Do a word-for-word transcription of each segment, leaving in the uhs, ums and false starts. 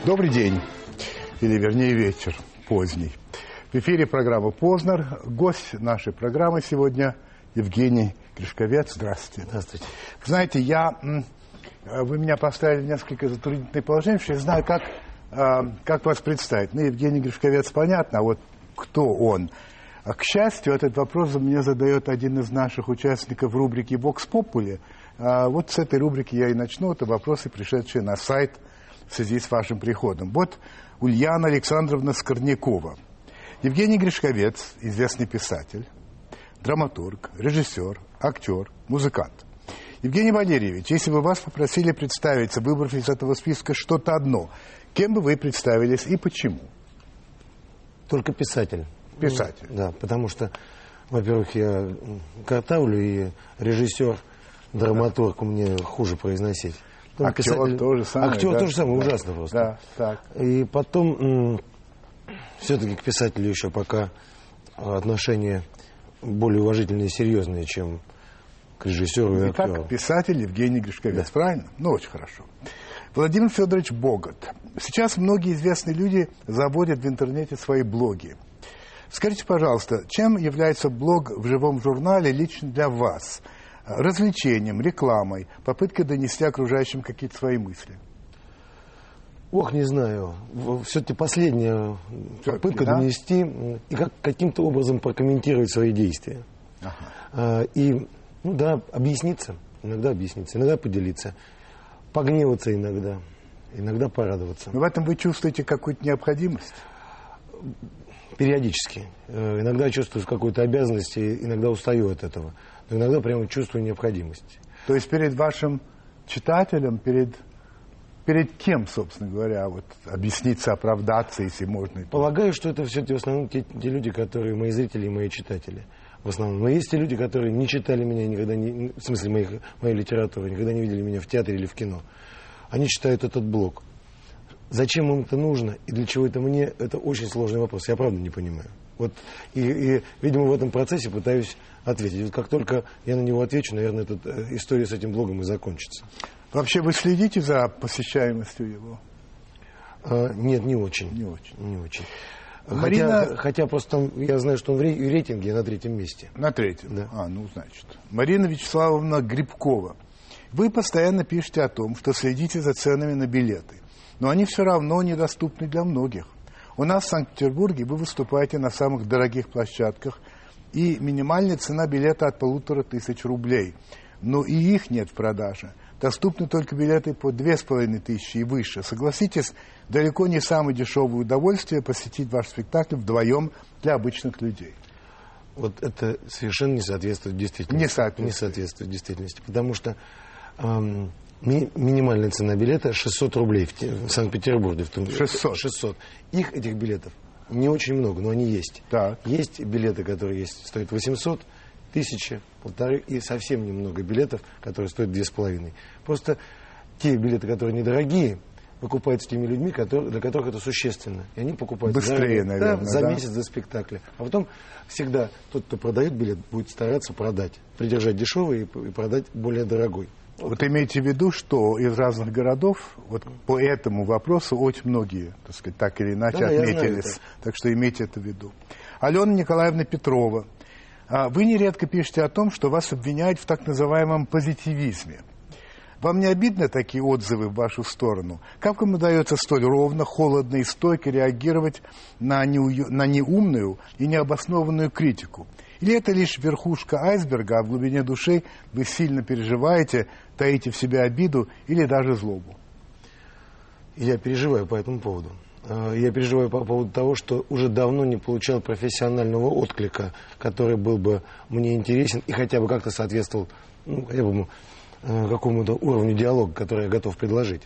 Добрый день, или вернее вечер, поздний. В эфире программа «Познер». Гость нашей программы сегодня Евгений Гришковец. Здравствуйте. Здравствуйте. Знаете, я, вы меня поставили в несколько затруднительное положение, потому что я знаю, как, как вас представить. Ну, Евгений Гришковец, понятно, а вот кто он? А, к счастью, этот вопрос мне задает один из наших участников рубрики «Vox Populi». А вот с этой рубрики я и начну. Это вопросы, пришедшие на сайт в связи с вашим приходом. Вот Ульяна Александровна Скорнякова. Евгений Гришковец, известный писатель, драматург, режиссер, актер, музыкант. Евгений Валерьевич, если бы вас попросили представиться, выбрав из этого списка что-то одно, кем бы вы представились и почему? Только писатель. Писатель. Ну, да, потому что, во-первых, я картавлю, и режиссер, драматург мне хуже произносить. Актер писатель... то же самое. Актер да? то же самое, да. ужасно просто. Да, так. И потом, все-таки к писателю еще пока отношения более уважительные и серьезные, чем к режиссеру и актеру. Итак, писатель Евгений Гришковец, да. Правильно? Ну, очень хорошо. Владимир Федорович Богот. Сейчас многие известные люди заводят в интернете свои блоги. Скажите, пожалуйста, чем является блог в живом журнале лично для вас? Развлечением, рекламой, попыткой донести окружающим какие-то свои мысли? Ох, не знаю. Все-таки последняя попытка да? донести и как, каким-то образом прокомментировать свои действия. Ага. И, ну да, объясниться. Иногда объясниться, иногда поделиться. Погневаться иногда, иногда порадоваться. Но в этом вы чувствуете какую-то необходимость? Периодически. Иногда чувствую какую-то обязанность, и иногда устаю от этого. Но иногда прямо чувствую необходимость. То есть перед вашим читателем, перед, перед кем, собственно говоря, вот объясниться, оправдаться, если можно? Полагаю, что это все-таки в основном те, те люди, которые мои зрители и мои читатели. В основном. Но есть те люди, которые не читали меня никогда, не, в смысле моих, моей литературы, никогда не видели меня в театре или в кино. Они читают этот блог. Зачем им это нужно и для чего это мне, это очень сложный вопрос. Я правда не понимаю. Вот, и, и, видимо, в этом процессе пытаюсь ответить. Вот как только я на него отвечу, наверное, эта история с этим блогом и закончится. Вообще вы следите за посещаемостью его? А, нет, не очень. Не очень. Не очень. Марина... Хотя, хотя просто там, я знаю, что он в рейтинге на третьем месте. На третьем? Да. А, ну, значит. Марина Вячеславовна Грибкова. Вы постоянно пишете о том, что следите за ценами на билеты. Но они все равно недоступны для многих. У нас в Санкт-Петербурге вы выступаете на самых дорогих площадках, и минимальная цена билета от полутора тысяч рублей. Но и их нет в продаже. Доступны только билеты по две с половиной тысячи и выше. Согласитесь, далеко не самое дешевое удовольствие посетить ваш спектакль вдвоем для обычных людей. Вот это совершенно не соответствует действительности. Не соответствует. Не соответствует действительности, потому что эм, ми- минимальная цена билета шестьсот рублей в, те, в Санкт-Петербурге. В том, шестьсот. шестьсот. Их, этих билетов, не очень много, но они есть. Так. Есть билеты, которые есть, стоят восемьсот, тысяча, полторы, и совсем немного билетов, которые стоят две с половиной. Просто те билеты, которые недорогие, покупаются теми людьми, которые, для которых это существенно. И они покупают быстрее, за, наверное, да, за да? месяц до спектакля. А потом всегда тот, кто продает билет, будет стараться продать. Придержать дешевый и, и продать более дорогой. Вот. Вот имейте в виду, что из разных городов вот по этому вопросу очень многие, так сказать, так или иначе да, отметились. Так что имейте это в виду. Алена Николаевна Петрова. Вы нередко пишете о том, что вас обвиняют в так называемом позитивизме. Вам не обидно такие отзывы в вашу сторону? Как вам удается столь ровно, холодно и стойко реагировать на, неу... на неумную и необоснованную критику? Или это лишь верхушка айсберга, а в глубине души вы сильно переживаете, таите в себе обиду или даже злобу? Я переживаю по этому поводу. Я переживаю по поводу того, что уже давно не получал профессионального отклика, который был бы мне интересен и хотя бы как-то соответствовал ну, хотя бы, какому-то уровню диалога, который я готов предложить.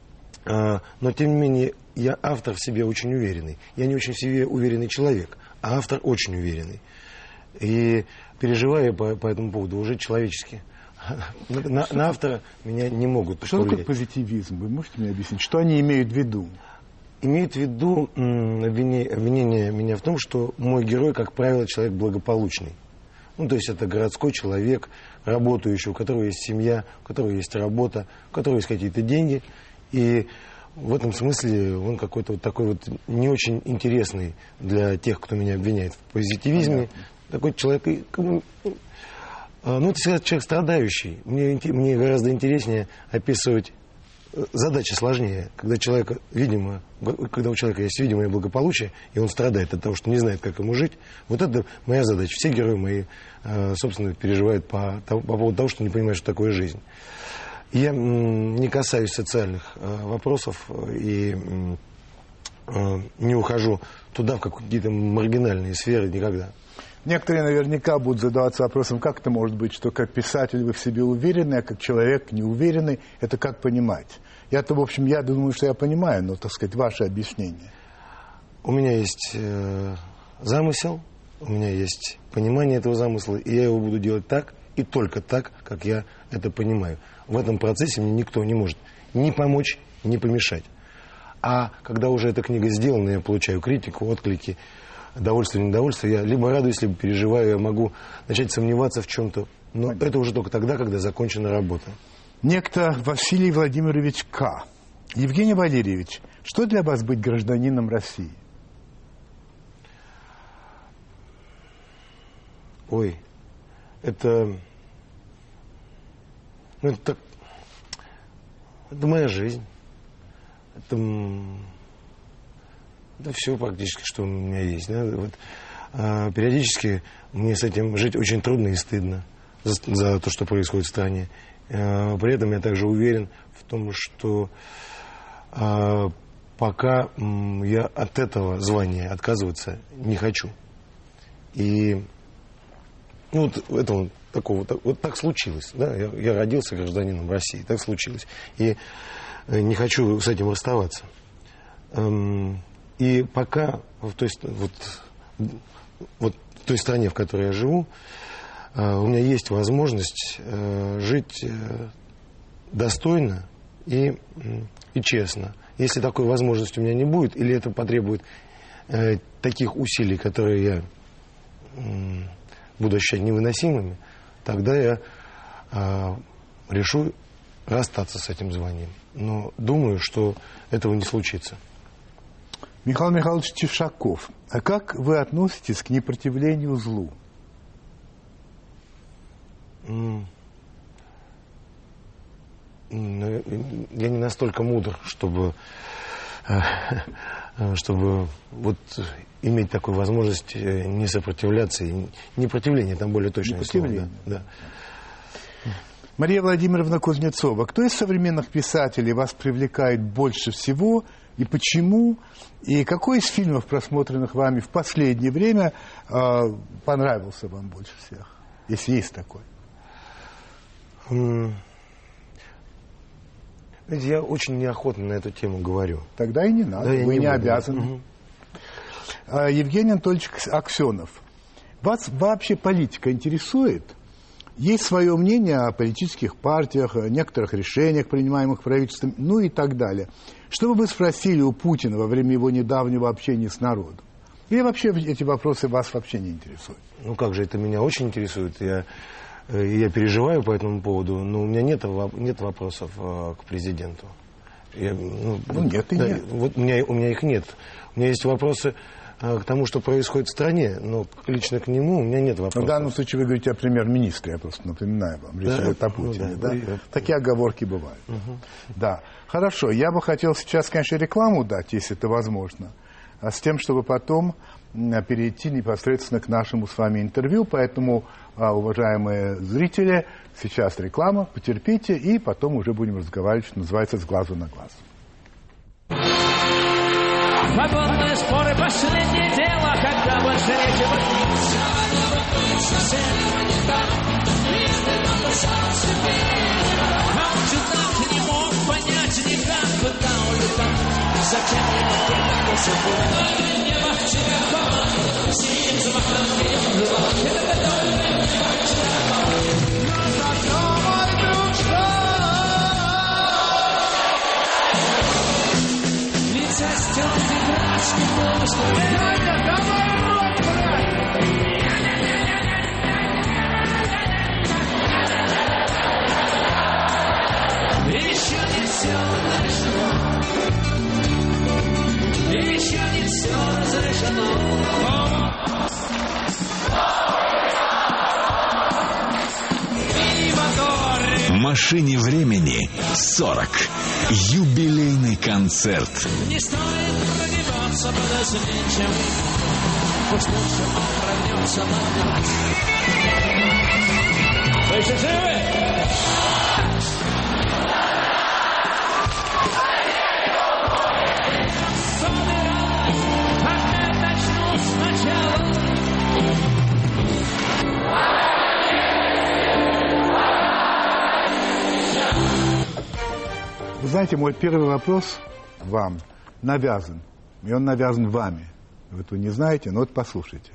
Но, тем не менее, я автор в себе очень уверенный. Я не очень в себе уверенный человек, а автор очень уверенный. И переживаю по, по этому поводу уже человечески. На, на автора меня не могут повлиять. Что такое позитивизм? Вы можете мне объяснить? Что они имеют в виду? Имеют в виду обвинение, обвинение меня в том, что мой герой, как правило, человек благополучный. Ну, то есть это городской человек, работающий, у которого есть семья, у которого есть работа, у которого есть какие-то деньги. И в этом смысле он какой-то вот такой вот не очень интересный для тех, кто меня обвиняет в позитивизме. Понятно. Такой человек, ну, это всегда человек страдающий. Мне, мне гораздо интереснее описывать задачи сложнее, когда человека, видимо, когда у человека есть видимое благополучие, и он страдает от того, что не знает, как ему жить. Вот это моя задача. Все герои мои, собственно, переживают по, по поводу того, что не понимают, что такое жизнь. Я не касаюсь социальных вопросов и не ухожу туда, в какие-то маргинальные сферы никогда. Некоторые наверняка будут задаваться вопросом, как это может быть, что как писатель вы в себе уверены, а как человек неуверенный, это как понимать? Я-то, в общем, я думаю, что я понимаю, но, так сказать, ваше объяснение. У меня есть э, замысел, у меня есть понимание этого замысла, и я его буду делать так и только так, как я это понимаю. В этом процессе мне никто не может ни помочь, ни помешать. А когда уже эта книга сделана, я получаю критику, отклики, удовольствие, недовольствие, я либо радуюсь, либо переживаю, я могу начать сомневаться в чем-то. Но Понятно. Это уже только тогда, когда закончена работа. Некто Василий Владимирович К. Евгений Валерьевич, что для вас быть гражданином России? Ой, это... Ну, это так... Это моя жизнь. Это... Это все практически, что у меня есть. Да? Вот, а, периодически мне с этим жить очень трудно и стыдно за, за то, что происходит в стране. А, при этом я также уверен в том, что а, пока м, я от этого звания отказываться не хочу. И ну, вот это вот, такого, так, вот так случилось. Да? Я, я родился гражданином России, так случилось. И не хочу с этим расставаться. И пока в той, вот, вот в той стране, в которой я живу, у меня есть возможность жить достойно и, и честно. Если такой возможности у меня не будет, или это потребует таких усилий, которые я буду ощущать невыносимыми, тогда я решу расстаться с этим званием. Но думаю, что этого не случится. Михаил Михайлович Тишаков, а как вы относитесь к непротивлению злу? Mm. Я не настолько мудр, чтобы, чтобы вот иметь такую возможность не сопротивляться. Непротивление, там более точное слово. Да, да. Мария Владимировна Кузнецова, кто из современных писателей вас привлекает больше всего и почему? И какой из фильмов, просмотренных вами в последнее время, э, понравился вам больше всех, если есть такой? Mm. Знаете, я очень неохотно на эту тему говорю. Тогда и не надо, да, вы не, не обязаны. Угу. А, Евгений Анатольевич Аксенов, вас вообще политика интересует? Есть свое мнение о политических партиях, о некоторых решениях, принимаемых правительством, ну и так далее. Что бы вы спросили у Путина во время его недавнего общения с народом? Или вообще эти вопросы вас вообще не интересуют? Ну как же, это меня очень интересует. Я, я переживаю по этому поводу, но у меня нет, нет вопросов к президенту. Я, ну, ну нет и да, нет. Вот у меня, у меня их нет. У меня есть вопросы к тому, что происходит в стране, но лично к нему у меня нет вопросов. В данном случае вы говорите о премьер-министре, я просто напоминаю вам, речь идет о Путине. Ну, да, да? Да. Такие оговорки бывают. Угу. Да, хорошо. Я бы хотел сейчас, конечно, рекламу дать, если это возможно, а с тем, чтобы потом перейти непосредственно к нашему с вами интервью. Поэтому, уважаемые зрители, сейчас реклама, потерпите, и потом уже будем разговаривать, что называется, с глазу на глаз. Вагонные споры — последнее дело, когда больше нечего длиться. А он чудак не мог понять никак, куда улетать. Зачем ему бегать за собой? Небо черепа, синим замахом небо. Это довольно но зато мой друг что? Лица стёрты. Еще не все нашло. машине времени сорок. Юбилейный концерт. Не стоит прогибаться под освещением. Пусть лучше он прогнется на нас. Вы еще живы? Вы знаете, мой первый вопрос вам навязан. И он навязан вами. Вы этого не знаете, но вот послушайте.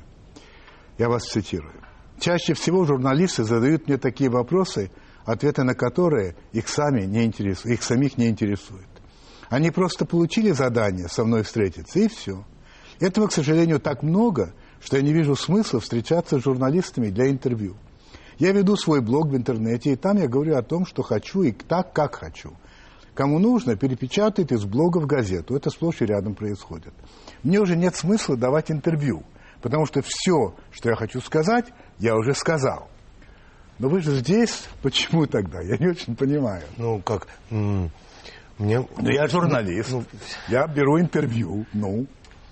Я вас цитирую. Чаще всего журналисты задают мне такие вопросы, ответы на которые их, сами не интересуют, их самих не интересуют. Они просто получили задание со мной встретиться, и все. Этого, к сожалению, так много, что я не вижу смысла встречаться с журналистами для интервью. Я веду свой блог в интернете, и там я говорю о том, что хочу, и так, как хочу. Кому нужно, перепечатает из блога в газету. Это сплошь и рядом происходит. Мне уже нет смысла давать интервью, потому что все, что я хочу сказать, я уже сказал. Но вы же здесь, почему тогда? Я не очень понимаю. Ну, как? М- мне... Ну, я журналист, ну, я беру интервью, ну...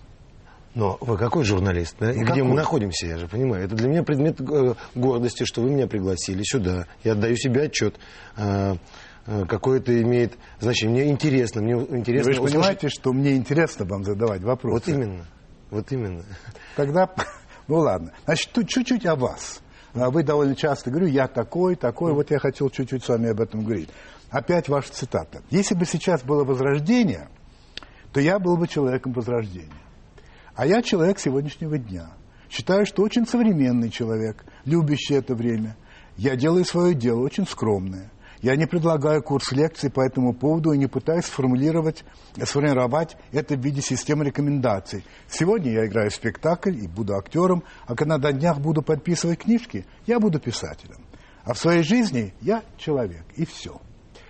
Но вы какой журналист? Да? И какой? где мы находимся, я же понимаю. Это для меня предмет э, гордости, что вы меня пригласили сюда. Я отдаю себе отчет. Э, э, какое-то имеет значение. Мне интересно. Мне интересно вы же услышать... понимаете, что мне интересно вам задавать вопросы. Вот именно. Вот именно. Тогда, ну ладно. Значит, тут чуть-чуть о вас. Вы довольно часто говорю, я такой, такой. Вот я хотел чуть-чуть с вами об этом говорить. Опять ваша цитата. Если бы сейчас было возрождение, то я был бы человеком возрождения. А я человек сегодняшнего дня. Считаю, что очень современный человек, любящий это время. Я делаю свое дело очень скромное. Я не предлагаю курс лекций по этому поводу и не пытаюсь сформулировать, сформировать это в виде системы рекомендаций. Сегодня я играю в спектакль и буду актером, а когда на днях буду подписывать книжки, я буду писателем. А в своей жизни я человек, и все.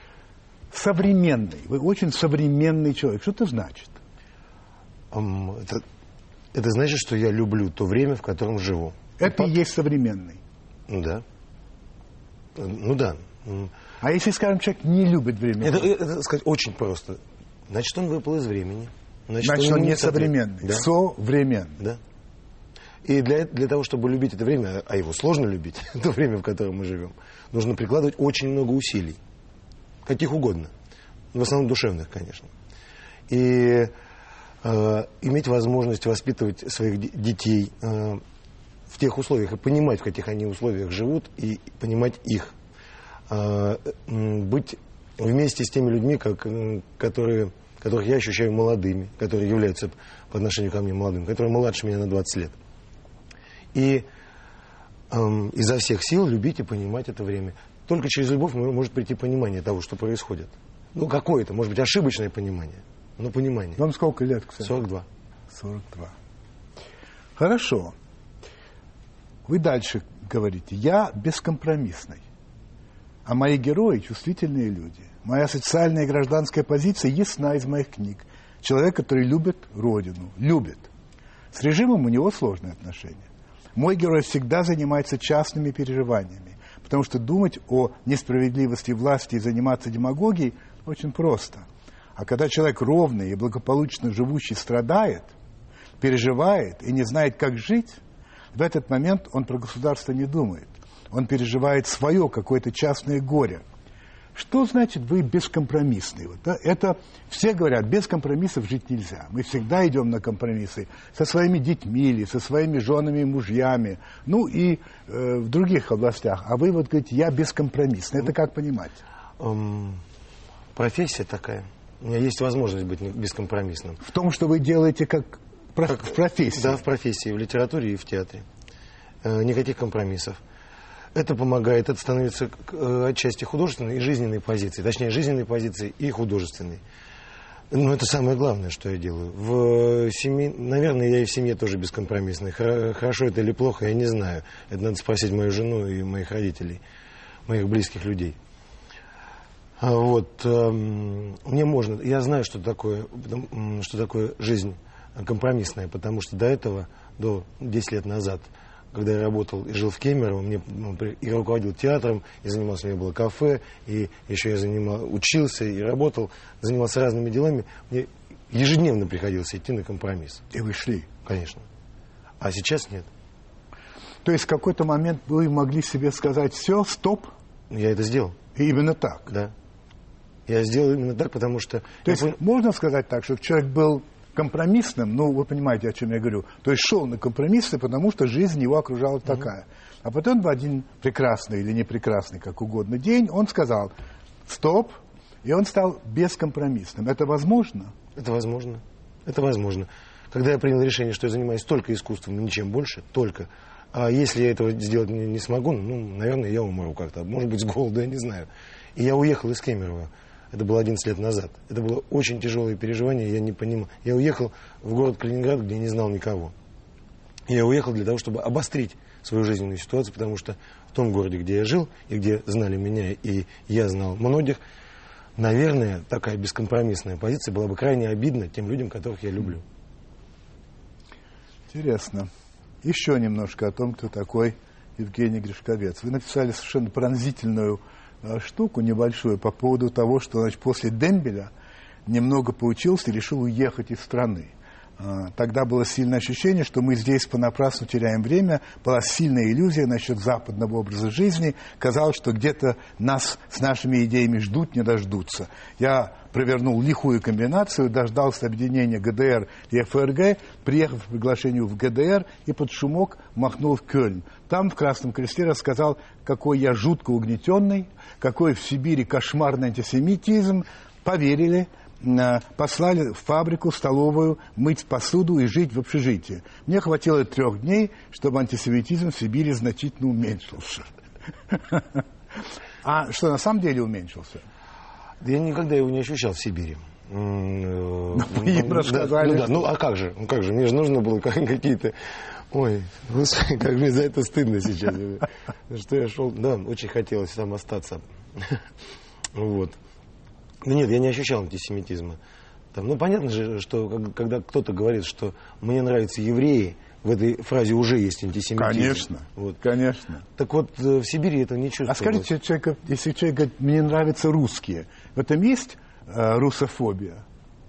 Современный. Вы очень современный человек. Что это значит? Um, это... Это значит, что я люблю то время, в котором живу. Это и есть современный. Да. Ну да. А если, скажем, человек не любит время? Это, это сказать очень просто. Значит, он выпал из времени. Значит, Значит он, он не современный. Да. Современный. Да. И для, для того, чтобы любить это время, а его сложно любить, то время, в котором мы живем, нужно прикладывать очень много усилий. Каких угодно. В основном душевных, конечно. И... иметь возможность воспитывать своих детей э, в тех условиях и понимать, в каких они условиях живут, и понимать их. Э, быть вместе с теми людьми, как, которые, которых я ощущаю молодыми, которые являются по отношению ко мне молодыми, которые младше меня на двадцать лет. И э, изо всех сил любить и понимать это время. Только через любовь может прийти понимание того, что происходит. Ну, какое-то, может быть, ошибочное понимание. Ну, понимание. Вам сколько лет, кстати? сорок два. сорок два. Хорошо. Вы дальше говорите. Я бескомпромиссный. А мои герои – чувствительные люди. Моя социальная и гражданская позиция ясна из моих книг. Человек, который любит Родину. Любит. С режимом у него сложные отношения. Мой герой всегда занимается частными переживаниями. Потому что думать о несправедливости власти и заниматься демагогией очень просто. А когда человек ровный и благополучно живущий страдает, переживает и не знает, как жить, в этот момент он про государство не думает. Он переживает свое какое-то частное горе. Что значит вы бескомпромиссный? Вот, да? Это все говорят, без компромиссов жить нельзя. Мы всегда идем на компромиссы со своими детьми или со своими женами и мужьями, ну и э, в других областях. А вы вот говорите, я бескомпромиссный. Это как понимать? Um, профессия такая. У меня есть возможность быть бескомпромиссным. В том, что вы делаете как, как в профессии? Да, в профессии, в литературе и в театре. Э, никаких компромиссов. Это помогает, это становится э, отчасти художественной и жизненной позицией. Точнее, жизненной позицией и художественной. Но это самое главное, что я делаю. В семье, наверное, я и в семье тоже бескомпромиссный. Хорошо это или плохо, я не знаю. Это надо спросить мою жену и моих родителей, моих близких людей. Вот, э, мне можно, я знаю, что такое, что такое жизнь компромиссная, потому что до этого, до десять лет назад, когда я работал и жил в Кемерово, мне, ну, и руководил театром, и занимался, у меня было кафе, и еще я занимал, учился и работал, занимался разными делами, мне ежедневно приходилось идти на компромисс. И вы шли? Конечно. А сейчас нет. То есть в какой-то момент вы могли себе сказать: все, стоп? Я это сделал. И именно так? Да. Я сделал именно так, потому что... То есть пон... можно сказать так, что человек был компромиссным, ну, вы понимаете, о чем я говорю, то есть шел на компромиссы, потому что жизнь его окружала mm-hmm. такая. А потом в один прекрасный или непрекрасный, как угодно, день он сказал: стоп, и он стал бескомпромиссным. Это возможно? Это возможно. Это возможно. Когда я принял решение, что я занимаюсь только искусством и ничем больше, только... А если я этого сделать не, не смогу, ну, наверное, я умру как-то. Может быть, с голоду, я не знаю. И я уехал из Кемерово. Это было одиннадцать лет назад. Это было очень тяжелое переживание, я не понимал. Я уехал в город Калининград, где не знал никого. Я уехал для того, чтобы обострить свою жизненную ситуацию, потому что в том городе, где я жил, и где знали меня, и я знал многих, наверное, такая бескомпромиссная позиция была бы крайне обидна тем людям, которых я люблю. Интересно. Еще немножко о том, кто такой Евгений Гришковец. Вы написали совершенно пронзительную э, штуку небольшую по поводу того, что, значит, после дембеля немного поучился и решил уехать из страны. Э, тогда было сильное ощущение, что мы здесь понапрасну теряем время. Была сильная иллюзия насчет западного образа жизни. Казалось, что где-то нас с нашими идеями ждут, не дождутся. Я провернул лихую комбинацию, дождался объединения ГДР и ФРГ, приехал по приглашению в ГДР и под шумок махнул в Кёльн. Там в Красном Кресте рассказал, какой я жутко угнетенный, какой в Сибири кошмарный антисемитизм. Поверили, послали в фабрику, столовую, мыть посуду и жить в общежитии. Мне хватило трех дней, чтобы антисемитизм в Сибири значительно уменьшился. А что, на самом деле уменьшился? Да я никогда его не ощущал в Сибири. Ну, вы им рассказали. Ну, да, ну а как же? Ну как же? Мне же нужно было какие-то... Ой, господи, как мне за это стыдно сейчас. Что я шел... Да, очень хотелось там остаться. Вот. Ну нет, я не ощущал антисемитизма. Там, ну понятно же, что когда кто-то говорит, что мне нравятся евреи, в этой фразе уже есть антисемитизм. Конечно, вот. Конечно. Так вот, в Сибири это не чувствуется. А скажите, человек, если человек говорит: мне нравятся русские, в этом есть э, русофобия?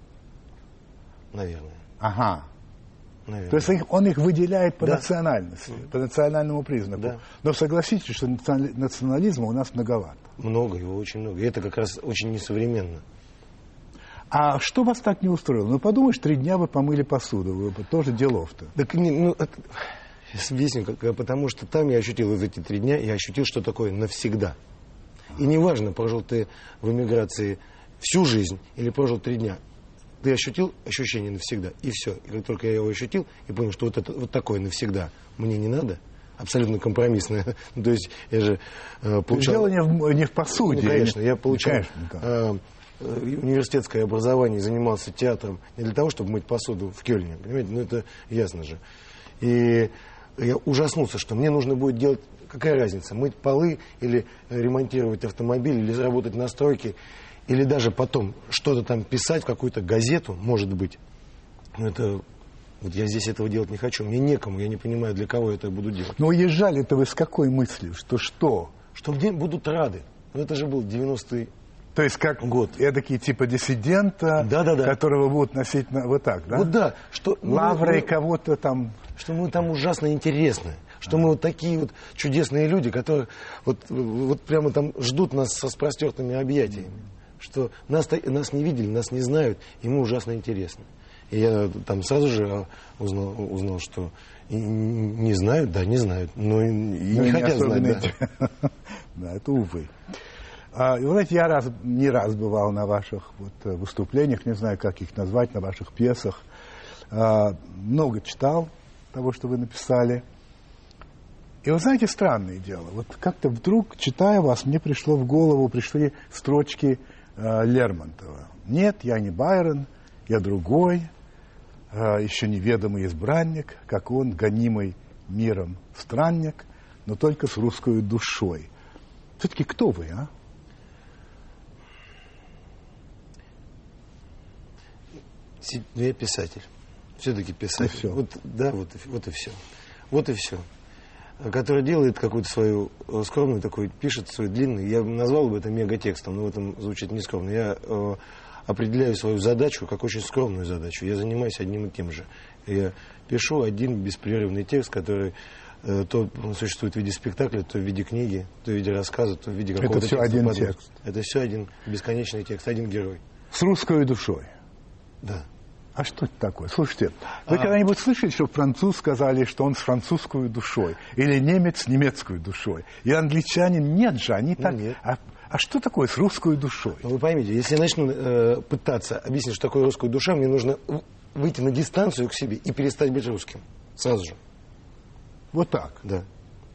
Наверное. Ага. Наверное. То есть он их выделяет по да. национальности, по национальному признаку. Да. Но согласитесь, что национализма у нас многовато. Много, его очень много. И это как раз очень несовременно. А что вас так не устроило? Ну, подумаешь, три дня вы помыли посуду, вы тоже делов-то. Так, не, ну, это... Сейчас объясню, как, потому что там я ощутил вот эти три дня, я ощутил, что такое навсегда. И неважно, прожил ты в эмиграции всю жизнь или прожил три дня, ты ощутил ощущение навсегда, и все. И как только я его ощутил, и понял, что вот, это, вот такое навсегда мне не надо, абсолютно компромиссное. То есть я же э, получал... Дело не в, не в посуде. Ну, конечно, я получал... Конечно, да. э, университетское образование, занимался театром не для того, чтобы мыть посуду в Кёльне, понимаете, ну это ясно же. И я ужаснулся, что мне нужно будет делать, какая разница, мыть полы или ремонтировать автомобиль, или работать на стройке, или даже потом что-то там писать в какую-то газету, может быть. Ну это, вот я здесь этого делать не хочу, мне некому, я не понимаю, для кого я это буду делать. Но уезжали-то вы с какой мыслью, что что? Что мне будут рады. Ну это же был девяностый То есть как год. Эдакий типа диссидента, да, да, да. которого будут носить на, вот так, да? Вот да. Что, Лаврой ну, кого-то там... Что мы там ужасно интересны. Что а. мы вот такие вот чудесные люди, которые вот, вот прямо там ждут нас со распростертыми объятиями. Mm. Что нас, нас не видели, нас не знают, и мы ужасно интересны. И я там сразу же узнал, узнал что и не знают, да, не знают, но и, и не, не хотят знать. Да. Да, это увы. А, и, вы знаете, я раз, не раз бывал на ваших вот, выступлениях, не знаю, как их назвать, на ваших пьесах. А, много читал того, что вы написали. И вы знаете, странное дело. Вот как-то вдруг, читая вас, мне пришло в голову, пришли строчки а, Лермонтова. Нет, я не Байрон, я другой, а, еще неведомый избранник, как он, гонимый миром странник, но только с русской душой. Все-таки кто вы, а? Я писатель. Все-таки писатель. И все. Вот, да, вот, вот и все. Вот и все. который делает какую-то свою скромную такую, пишет свой длинный, я бы назвал бы это мегатекстом, но в этом звучит нескромно. Я э, определяю свою задачу как очень скромную задачу. Я занимаюсь одним и тем же. Я пишу один беспрерывный текст, который э, то он существует в виде спектакля, то в виде книги, то в виде рассказа, то в виде какого-то Это все текста один подводки. текст. Это все один бесконечный текст, один герой. С русской душой. Да. А что это такое? Слушайте, вы А... когда-нибудь слышали, что француз сказали, что он с французской душой? Или немец с немецкой душой? И англичанин нет же, они так... Нет. А, а что такое с русской душой? Ну, вы поймите, если я начну э, пытаться объяснить, что такое русская душа, мне нужно выйти на дистанцию к себе и перестать быть русским. Сразу же. Вот так? Да.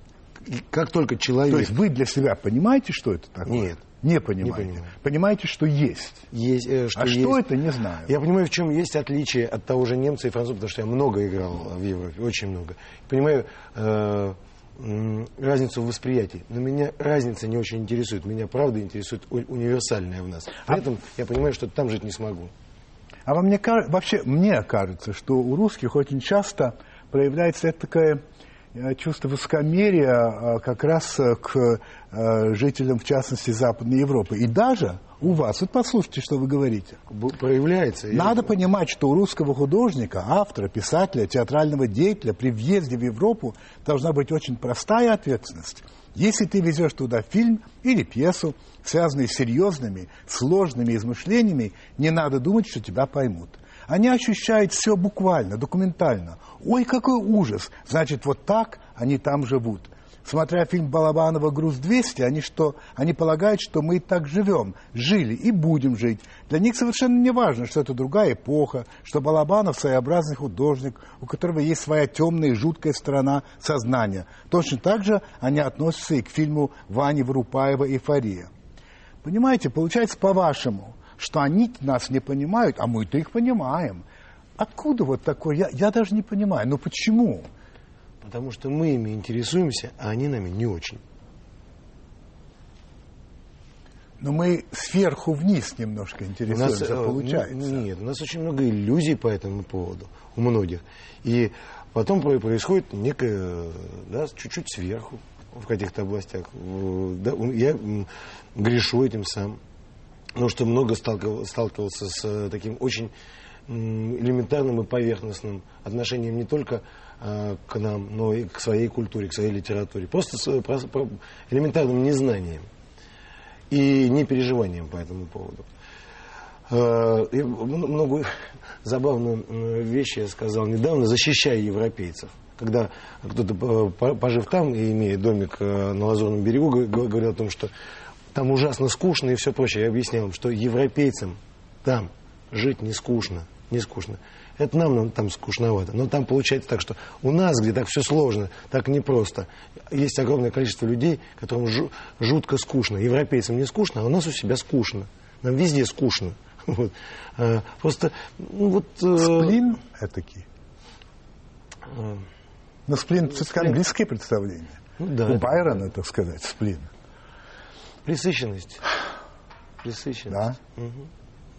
И как только человек... То есть вы для себя понимаете, что это такое? Нет. Не понимаете. Не понимаю. Понимаете, что есть. Есть, э, что а есть. что это, не знаю. Я понимаю, в чем есть отличие от того же немца и француза, потому что я много играл в Европе, очень много. Понимаю э, э, разницу в восприятии. Но меня разница не очень интересует. Меня правда интересует у- универсальное в нас. При А... этом я понимаю, что там жить не смогу. А вам не, вообще мне кажется, что у русских очень часто проявляется такое чувство высокомерия как раз к жителям, в частности, Западной Европы. И даже у вас, вот послушайте, что вы говорите. Проявляется. Надо я... понимать, что у русского художника, автора, писателя, театрального деятеля при въезде в Европу должна быть очень простая ответственность. Если ты везешь туда фильм или пьесу, связанные с серьезными, сложными измышлениями, не надо думать, что тебя поймут. Они ощущают все буквально, документально. Ой, какой ужас! Значит, вот так они там живут. Смотря фильм Балабанова «Груз двести», они, что, они полагают, что мы и так живем, жили и будем жить. Для них совершенно не важно, что это другая эпоха, что Балабанов своеобразный художник, у которого есть своя темная и жуткая сторона сознания. Точно так же они относятся и к фильму Вани Вырупаева «Эйфория». Понимаете, получается по-вашему, что они нас не понимают, а мы-то их понимаем. Откуда вот такое? Я, я даже не понимаю. Ну почему? Потому что мы ими интересуемся, а они нами не очень. Но мы сверху вниз немножко интересуемся, у нас, получается. Нет, у нас очень много иллюзий по этому поводу, у многих. И потом происходит некое, да, чуть-чуть сверху в каких-то областях. Да, я грешу этим сам. Потому что много сталкивался, сталкивался с таким очень элементарным и поверхностным отношением не только э, к нам, но и к своей культуре, к своей литературе. Просто с про, про элементарным незнанием и непереживанием по этому поводу. Э, я много забавных вещей я сказал недавно, защищая европейцев. Когда кто-то, пожив там и имея домик на Лазурном берегу, говорил о том, что там ужасно скучно и все прочее. Я объяснял им, что европейцам там жить не скучно, не скучно. Это нам, нам там скучновато. Но там получается так, что у нас, где так все сложно, так непросто, есть огромное количество людей, которым жу- жутко скучно. Европейцам не скучно, а у нас у себя скучно. Нам везде скучно. Вот. А, просто, ну вот... Сплин этакий. Э, Но сплин, это все-таки английское представление. Ну, да, у Байрона, так сказать, сплин. Пресыщенность. Пресыщенность. Да. Угу.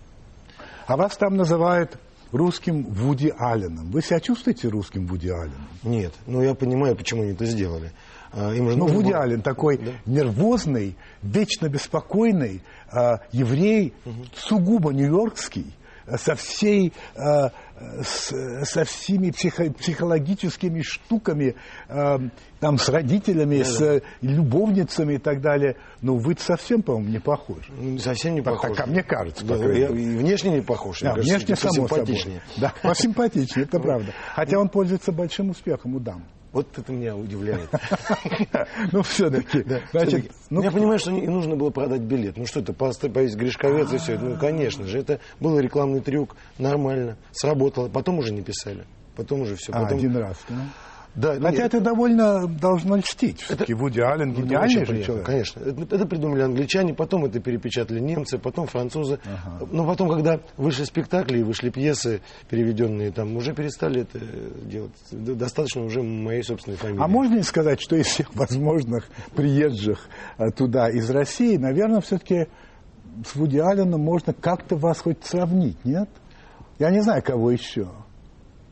А вас там называют русским Вуди Алленом. Вы себя чувствуете русским Вуди Алленом? Нет. Но я понимаю, почему они это сделали. Им же ну, Вуди было... Аллен такой да? нервозный, вечно беспокойный э, еврей, угу. сугубо нью-йоркский, со всей... Э, С, со всеми психо, психологическими штуками, э, там, с родителями, да, с да. любовницами и так далее. Ну, вы совсем, по-моему, не похожи. Совсем не похож. Так, а мне кажется. Да, я, и внешне не похож. Да, кажется, внешне само собой. Да, посимпатичнее, это правда. Хотя он пользуется большим успехом у дам. Вот это меня удивляет. Ну, все-таки. Я понимаю, что не нужно было продать билет. Ну, что это, повесить Гришковец и все. Ну, конечно же, это был рекламный трюк. Нормально. Сработало. Потом уже не писали. Потом уже все. А, один раз, да? Да, хотя нет, это довольно должно льстить. Все-таки Вуди Аллен гениальный же человек. Конечно. Это, это придумали англичане, потом это перепечатали немцы, потом французы. Ага. Но потом, когда вышли спектакли и вышли пьесы, переведенные там, уже перестали это делать. Достаточно уже моей собственной фамилии. А можно ли сказать, что из всех возможных приезжих туда из России, наверное, все-таки с Вуди Алленом можно как-то вас хоть сравнить, нет? Я не знаю, кого еще.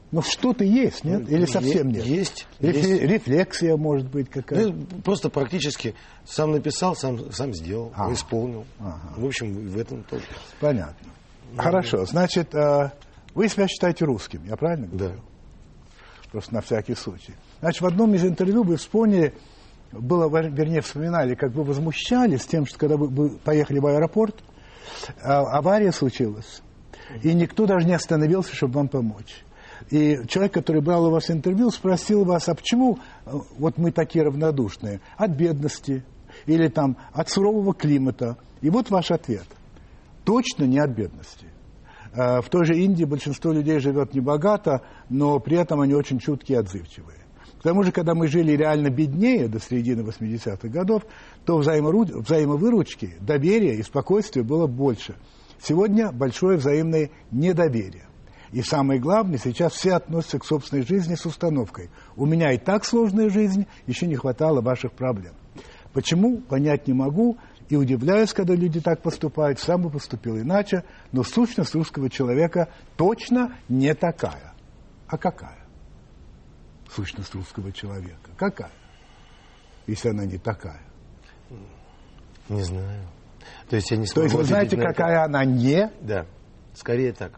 Ну, что-то есть, нет? Или совсем нет? Есть. Реф... есть. Рефлексия, может быть, какая-то? Ну, просто практически сам написал, сам, сам сделал, а. исполнил. Ага. В общем, в этом тоже. Понятно. Ну, Хорошо. Да. Значит, вы себя считаете русским, я правильно говорю? Да. Просто на всякий случай. Значит, в одном из интервью вы вспомнили, было, вернее, вспоминали, как вы возмущались тем, что когда вы поехали в аэропорт, авария случилась, и никто даже не остановился, чтобы вам помочь. И человек, который брал у вас интервью, спросил вас, а почему вот мы такие равнодушные? От бедности или там от сурового климата? И вот ваш ответ. Точно не от бедности. В той же Индии большинство людей живет небогато, но при этом они очень чуткие и отзывчивые. К тому же, когда мы жили реально беднее до середины восьмидесятых годов, то взаимору... взаимовыручки, доверия и спокойствия было больше. Сегодня большое взаимное недоверие. И самое главное, сейчас все относятся к собственной жизни с установкой. У меня и так сложная жизнь, еще не хватало ваших проблем. Почему? Понять не могу. И удивляюсь, когда люди так поступают. Сам бы поступил иначе. Но сущность русского человека точно не такая. А какая? Сущность русского человека. Какая? Если она не такая. Не знаю. То есть я не То есть вы знаете, какая она не? Да. Скорее так.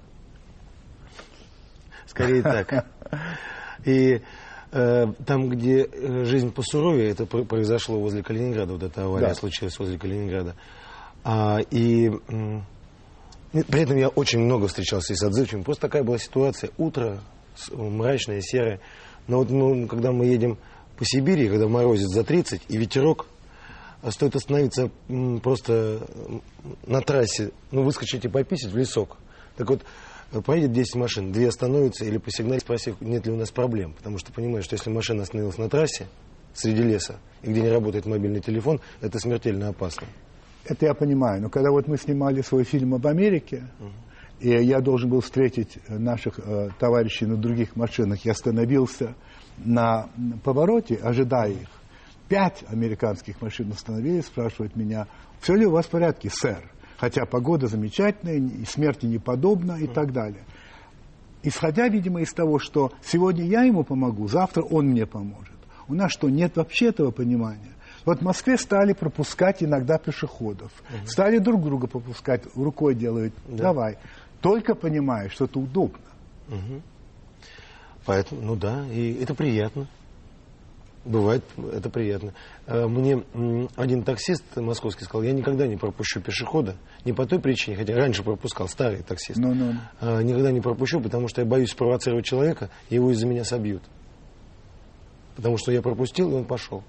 Скорее так. И э, там, где жизнь посуровее, это произошло возле Калининграда, вот эта авария да. случилась возле Калининграда. А, и м, при этом я очень много встречался и с отзывчивыми. Просто такая была ситуация. Утро мрачное, серое. Но вот ну, когда мы едем по Сибири, когда морозит за тридцать и ветерок, стоит остановиться м, просто на трассе, ну, выскочить и пописать в лесок. Так вот, поедет десять машин, две остановятся или по сигналу спросив, нет ли у нас проблем. Потому что понимаешь, что если машина остановилась на трассе, среди леса, и где не работает мобильный телефон, это смертельно опасно. Это я понимаю. Но когда вот мы снимали свой фильм об Америке, uh-huh. и я должен был встретить наших э, товарищей на других машинах, я остановился на повороте, ожидая их. Пять американских машин остановились, спрашивают меня, все ли у вас в порядке, сэр? Хотя погода замечательная, и смерти не подобна и так далее. Исходя, видимо, из того, что сегодня я ему помогу, завтра он мне поможет. У нас что, нет вообще этого понимания? Вот в Москве стали пропускать иногда пешеходов. Угу. Стали друг друга пропускать, рукой делают, да. давай. Только понимая, что это удобно. Угу. Поэтому, ну да, и это приятно. Бывает, это приятно. Мне один таксист московский сказал, я никогда не пропущу пешехода. Не по той причине, хотя раньше пропускал, старый таксист. No, no, no. Никогда не пропущу, потому что я боюсь спровоцировать человека, и его из-за меня собьют. Потому что я пропустил, и он пошел.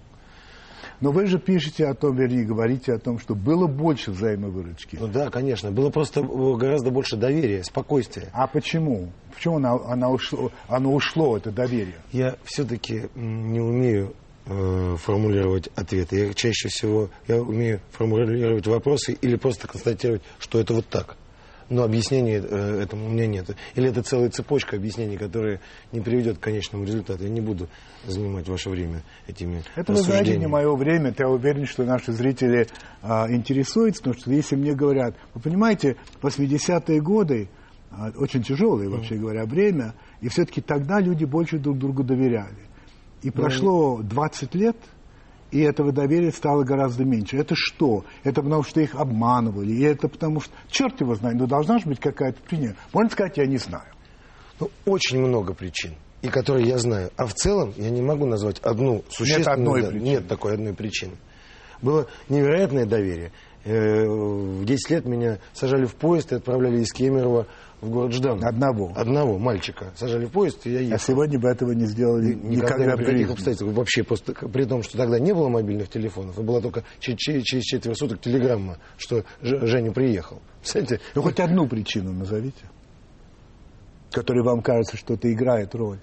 Но вы же пишете о том, вернее, говорите о том, что было больше взаимовыручки. Ну да, конечно. Было просто гораздо больше доверия, спокойствия. А почему? Почему она, она ушло, оно ушло, это доверие? Я все-таки не умею э, формулировать ответы. Я чаще всего я умею формулировать вопросы или просто констатировать, что это вот так. Но объяснения э, этому у меня нет. Или это целая цепочка объяснений, которая не приведет к конечному результату. Я не буду занимать ваше время этими это, вы знаете, не мое время. Я уверен, что наши зрители а, интересуются, потому что если мне говорят, вы понимаете, восьмидесятые годы, а, очень тяжелое, вообще mm. говоря, время, и все-таки тогда люди больше друг другу доверяли. И прошло двадцать лет, и этого доверия стало гораздо меньше. Это что? Это потому, что их обманывали? И это потому, что... Черт его знает, но должна же быть какая-то причина. Можно сказать, я не знаю. Ну, очень много причин, и которые я знаю. А в целом я не могу назвать одну существенную... Нет одной причины. Нет такой одной причины. Было невероятное доверие. В десять лет меня сажали в поезд и отправляли из Кемерово в город Ждан. Одного? Одного мальчика. Сажали в поезд, и я ехал. А сегодня бы этого не сделали никогда, никогда при таких обстоятельствах. Вообще, просто при том, что тогда не было мобильных телефонов, и была только через, через четверо суток телеграмма, что Женя приехал. Представляете? Ну, хоть одну причину назовите, которая вам кажется, что это играет роль.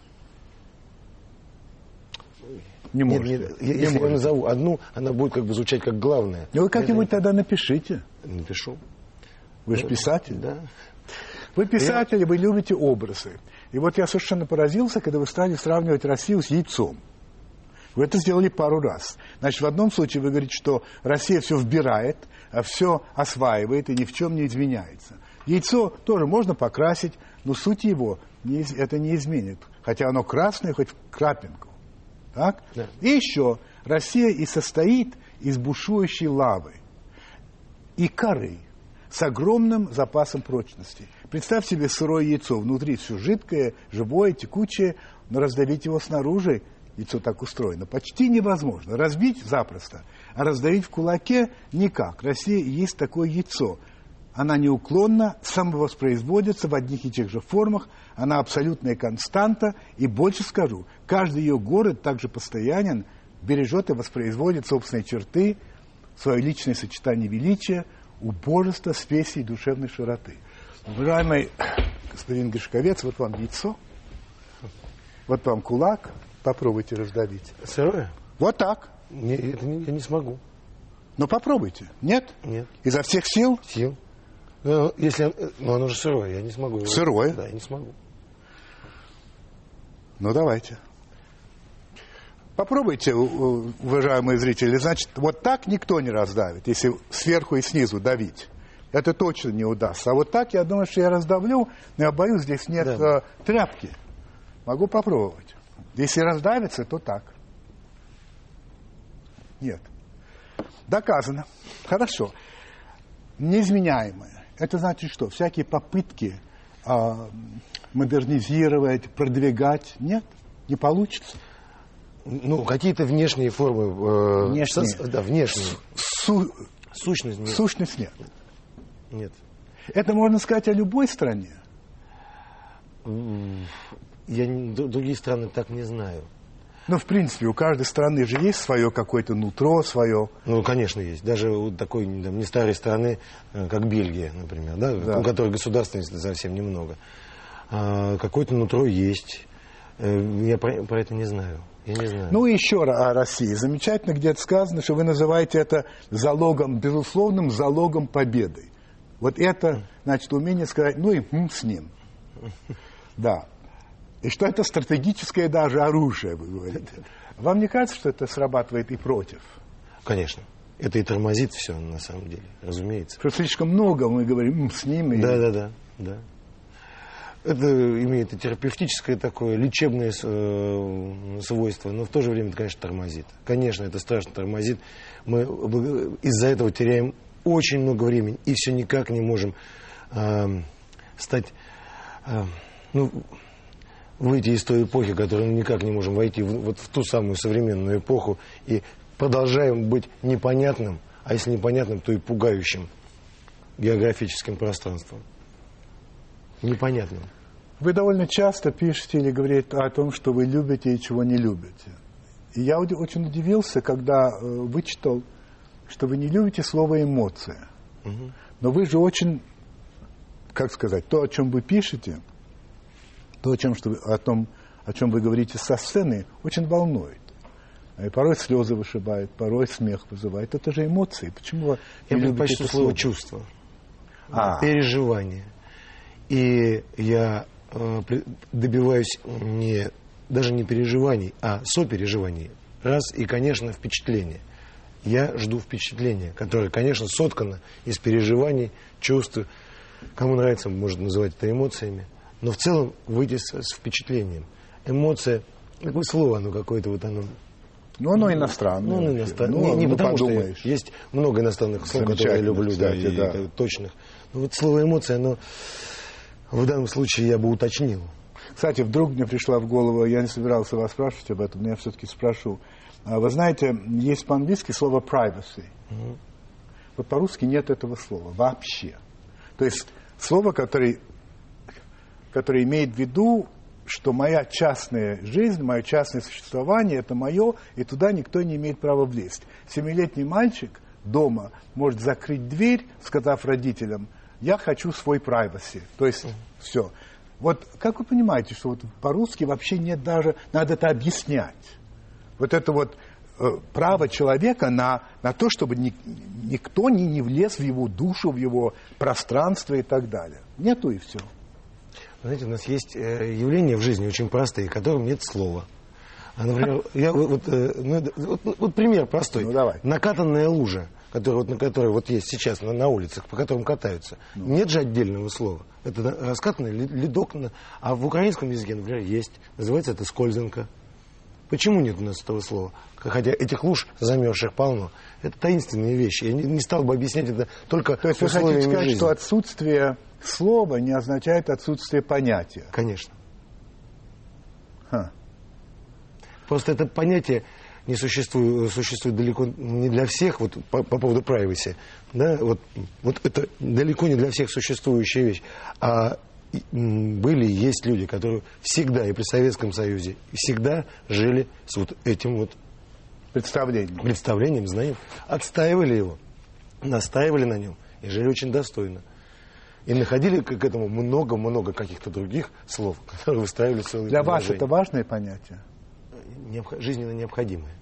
Не нет, можете. Нет, не если можете. Я назову одну, она будет как бы звучать как главная. Ну вы как-нибудь это... тогда напишите. Напишу. Вы же писатель. Да. Вы писатель, я... вы любите образы. И вот я совершенно поразился, когда вы стали сравнивать Россию с яйцом. Вы это сделали пару раз. Значит, в одном случае вы говорите, что Россия все вбирает, все осваивает и ни в чем не изменяется. Яйцо тоже можно покрасить, но суть его не, это не изменит. Хотя оно красное, хоть крапинку. Так? Да. И еще, Россия и состоит из бушующей лавы и коры с огромным запасом прочности. Представь себе сырое яйцо, внутри все жидкое, живое, текучее, но раздавить его снаружи, яйцо так устроено, почти невозможно. Разбить запросто, а раздавить в кулаке никак. Россия есть такое яйцо. Она неуклонно самовоспроизводится в одних и тех же формах, она абсолютная константа, и больше скажу, каждый ее город также постоянен, бережет и воспроизводит собственные черты, свое личное сочетание величия, убожества, спеси и душевной широты. Уважаемый господин Гришковец, вот вам яйцо, вот вам кулак, попробуйте раздавить. Сырое? Вот так. Не, это не, я не смогу. Ну попробуйте. Нет? Нет. Изо всех сил? Сил. Ну, если, ну, оно же сырое, я не смогу его. Сырое? Да, я не смогу. Ну, давайте. Попробуйте, уважаемые зрители. Значит, вот так никто не раздавит, если сверху и снизу давить. Это точно не удастся. А вот так, я думаю, что я раздавлю, но я боюсь, здесь нет да. э, тряпки. Могу попробовать. Если раздавится, то так. Нет. Доказано. Хорошо. Неизменяемое. Это значит что? Всякие попытки э, модернизировать, продвигать, нет, не получится. Ну, какие-то внешние формы. Э, внешние. Со, да, внешние. Су, сущность нет. Сущность нет. Нет. Это можно сказать о любой стране. Я не, другие страны так не знаю. Ну, в принципе, у каждой страны же есть свое какое-то нутро, свое... Ну, конечно, есть. Даже у такой там, не старой страны, как Бельгия, например, да, да. у которой государственности совсем немного. А, какое-то нутро есть. Я про, про это не знаю. Я не знаю. Ну, и еще о России. Замечательно где-то сказано, что вы называете это залогом, безусловным залогом победы. Вот это, значит, умение сказать, ну и м, с ним. Да. И что это стратегическое даже оружие, вы говорите. Вам не кажется, что это срабатывает и против? Конечно. Это и тормозит все, на самом деле, разумеется. Что слишком много мы говорим с ним. И... Да, да, да, да. Это имеет и терапевтическое такое, лечебное э, свойство, но в то же время это, конечно, тормозит. Конечно, это страшно тормозит. Мы из-за этого теряем очень много времени и все никак не можем э, стать... Э, ну, выйти из той эпохи, в которую мы никак не можем войти в, вот в ту самую современную эпоху, и продолжаем быть непонятным, а если непонятным, то и пугающим географическим пространством. Непонятным. Вы довольно часто пишете или говорите о том, что вы любите и чего не любите. И я очень удивился, когда э, вычитал, что вы не любите слово «эмоция». Угу. Но вы же очень, как сказать, то, о чем вы пишете, то, о, чем, что вы, о том, о чем вы говорите со сцены, очень волнует. И порой слезы вышибает, порой смех вызывает. Это же эмоции. Почему вы Я не любите предпочту это слово слово? «чувство», а. переживание. И я э, добиваюсь не, даже не переживаний, а сопереживаний. Раз, и, конечно, впечатление. Я жду впечатления, которое, конечно, соткано из переживаний, чувств. Кому нравится, может называть это эмоциями. Но в целом выйти с, с впечатлением. Эмоция, какое слово оно какое-то, вот оно... Ну, оно иностранное. Ну, оно иностранное. Ну, не не ну, потому, подумаешь. что есть много иностранных слов, которые я люблю, кстати, да, и, да. и точных. Но вот слово эмоция, оно в данном случае я бы уточнил. Кстати, вдруг мне пришла в голову, я не собирался вас спрашивать об этом, но я все-таки спрошу. Вы знаете, есть по-английски слово privacy. Угу. Вот по-русски нет этого слова вообще. То есть слово, которое, которое имеет в виду, что моя частная жизнь, мое частное существование, это мое, и туда никто не имеет права влезть. Семилетний мальчик дома может закрыть дверь, сказав родителям, я хочу свой privacy. То есть угу. все. Вот как вы понимаете, что вот по-русски вообще нет даже, надо это объяснять. Вот это вот э, право человека на, на то, чтобы ни, никто не, не влез в его душу, в его пространство и так далее. Нету и все. Знаете, у нас есть э, явления в жизни очень простые, которым нет слова. А, например, я, вот, э, ну, вот, вот пример простой. Ну, давай. Накатанная лужа. которые вот, на которые вот есть сейчас на, на улицах, по которым катаются. Ну. Нет же отдельного слова. Это раскатанный ледок. А в украинском языке, например, есть. Называется это скользинка. Почему нет у нас этого слова? Хотя этих луж замерзших полно. Это таинственные вещи. Я не, не стал бы объяснять это только То есть вы хотите сказать, жизни. Что отсутствие слова не означает отсутствие понятия? Конечно. Ха. Просто это понятие не существует, существует далеко не для всех, вот по, по поводу privacy, да, вот, вот это далеко не для всех существующая вещь. А были и есть люди, которые всегда и при Советском Союзе всегда жили с вот этим вот представлением, представлением, знанием, отстаивали его, настаивали на нем и жили очень достойно. И находили к этому много-много каких-то других слов, которые выстраивали целые Для вас это важное понятие? Необх... Жизненно необходимое.